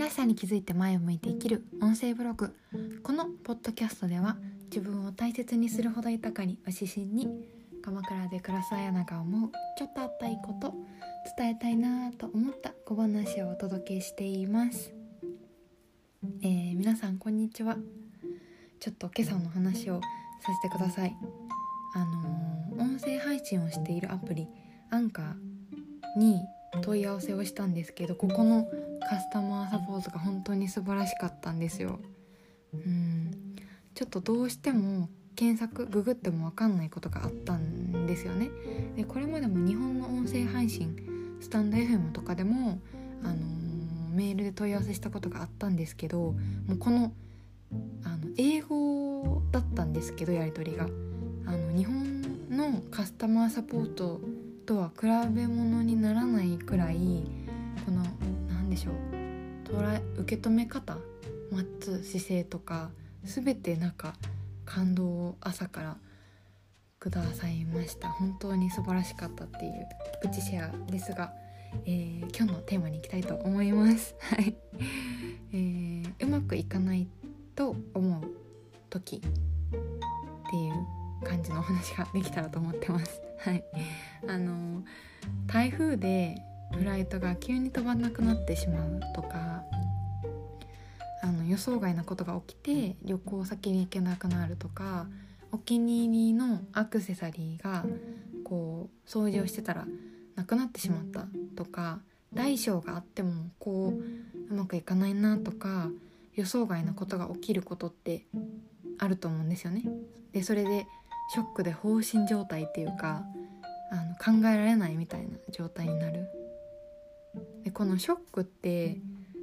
しさに気づいて前を向いて生きる音声ブログ。このポッドキャストでは自分を大切にするほど豊かにを指針に、鎌倉で暮らすあやなが思うちょっとあったいこと、伝えたいなと思った小話をお届けしています。皆さんこんにちは。ちょっと今朝の話をさせてください。音声配信をしているアプリアンカーに問い合わせをしたんですけど、ここのカスタマーサポートが本当に素晴らしかったんですよ。ちょっとどうしてもググっても分かんないことがあったんですよね。でこれまでも日本の音声配信スタンド FM とかでも、メールで問い合わせしたことがあったんですけど、もうこの英語だったんですけど、やり取りが日本のカスタマーサポートとは比べ物にならないくらい、このなんでしょう、受け止め方、待つ姿勢とか全てなんか感動を朝からくださいました。本当に素晴らしかったっていうプチシェアですが、今日のテーマに行きたいと思います。はい、うまくいかないと思う時っていう感じのお話ができたらと思ってます。はい、台風でフライトが急に飛ばなくなってしまうとか、予想外なことが起きて旅行先に行けなくなるとか、お気に入りのアクセサリーがこう掃除をしてたらなくなってしまったとか、大小があってもうまくいかないなとか、予想外なことが起きることってあると思うんですよね。でそれでショックで放心状態っていうか、考えられないみたいな状態になる。でこのショックって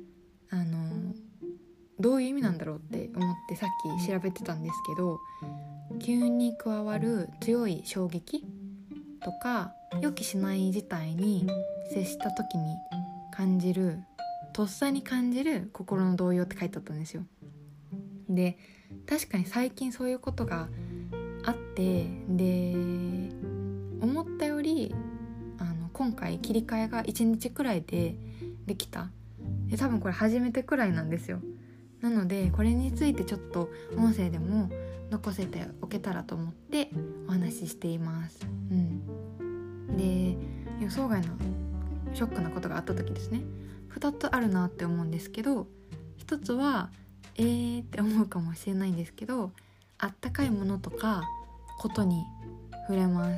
どういう意味なんだろうって思ってさっき調べてたんですけど、急に加わる強い衝撃とか、予期しない事態に接した時に感じる、とっさに感じる心の動揺って書いてあったんですよ。で確かに最近そういうことがあって、で思ったより今回切り替えが1日くらいでできた。で多分これ初めてくらいなんですよ。なのでこれについてちょっと音声でも残せておけたらと思ってお話ししています。で予想外のショックなことがあった時ですね、2つあるなって思うんですけど、1つはって思うかもしれないんですけど、あったかいものとかことに触れます。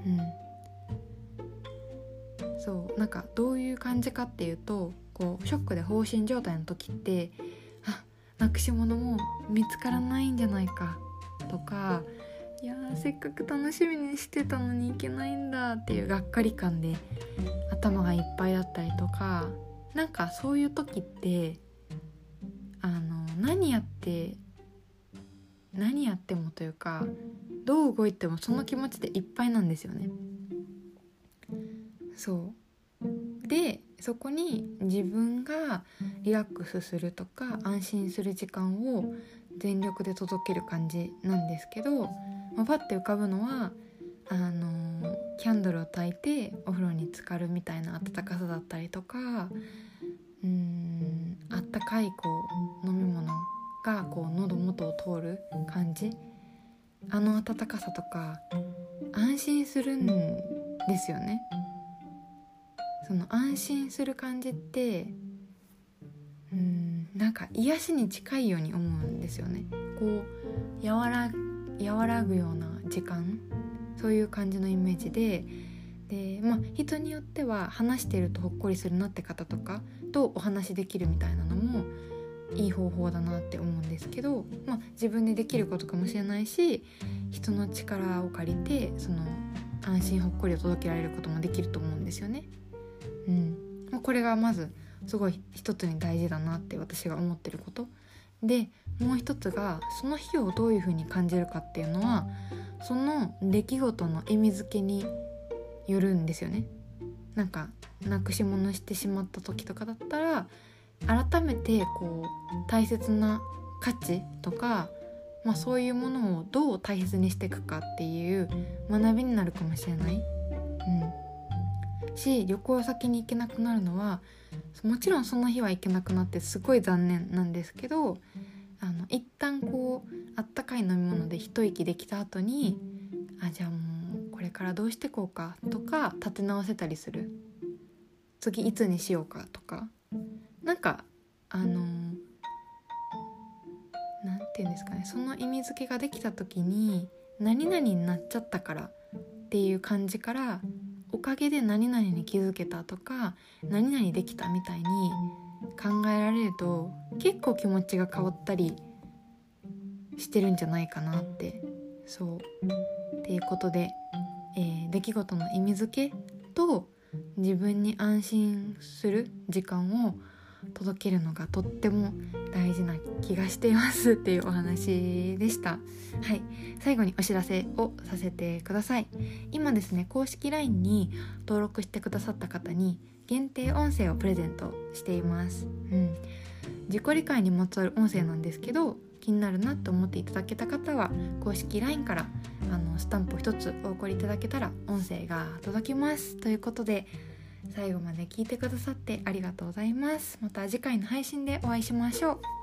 そうなんかどういう感じかっていうと、こうショックで放心状態の時って、なくし物も見つからないんじゃないかとか、いやせっかく楽しみにしてたのに行けないんだっていうがっかり感で頭がいっぱいだったりとか、なんかそういう時って何やってもというか、どう動いてもその気持ちでいっぱいなんですよね。そうでそこに自分がリラックスするとか安心する時間を全力で届ける感じなんですけど、パッて浮かぶのはキャンドルを焚いてお風呂に浸かるみたいな温かさだったりとか、あったかい飲み物が喉元を通る感じ、温かさとか安心するんですよね。その安心する感じってなんか癒しに近いように思うんですよね。和らぐような時間、そういう感じのイメージで、人によっては話しているとほっこりするなって方とかとお話できるみたいなのもいい方法だなって思うんですけど、自分でできることかもしれないし、人の力を借りてその安心ほっこりを届けられることもできると思うんですよね。これがまずすごい一つに大事だなって私が思ってることで、もう一つがその日をどういう風に感じるかっていうのは、その出来事の意味付けによるんですよね。なんかなくし物してしまった時とかだったら、改めて大切な価値とか、そういうものをどう大切にしていくかっていう学びになるかもしれない。 し、旅行先に行けなくなるのはもちろんその日は行けなくなってすごい残念なんですけど、一旦こうあったかい飲み物で一息できた後に、じゃあもうこれからどうしてこうかとか立て直せたりする。次いつにしようかとか、なんかなんていうんですかね、その意味付けができた時に何々になっちゃったからっていう感じから、おかげで何々に気づけたとか何々できたみたいに考えられると、結構気持ちが変わったりしてるんじゃないかなって。そうっていうことで、出来事の意味付けと自分に安心する時間を届けるのがとっても大事な気がしていますっていうお話でした。はい、最後にお知らせをさせてください。今ですね、公式 LINE に登録してくださった方に限定音声をプレゼントしています。自己理解にまつわる音声なんですけど、気になるなと思っていただけた方は公式 LINE からスタンプを一つお送りいただけたら音声が届きますということで、最後まで聞いてくださってありがとうございます。また次回の配信でお会いしましょう。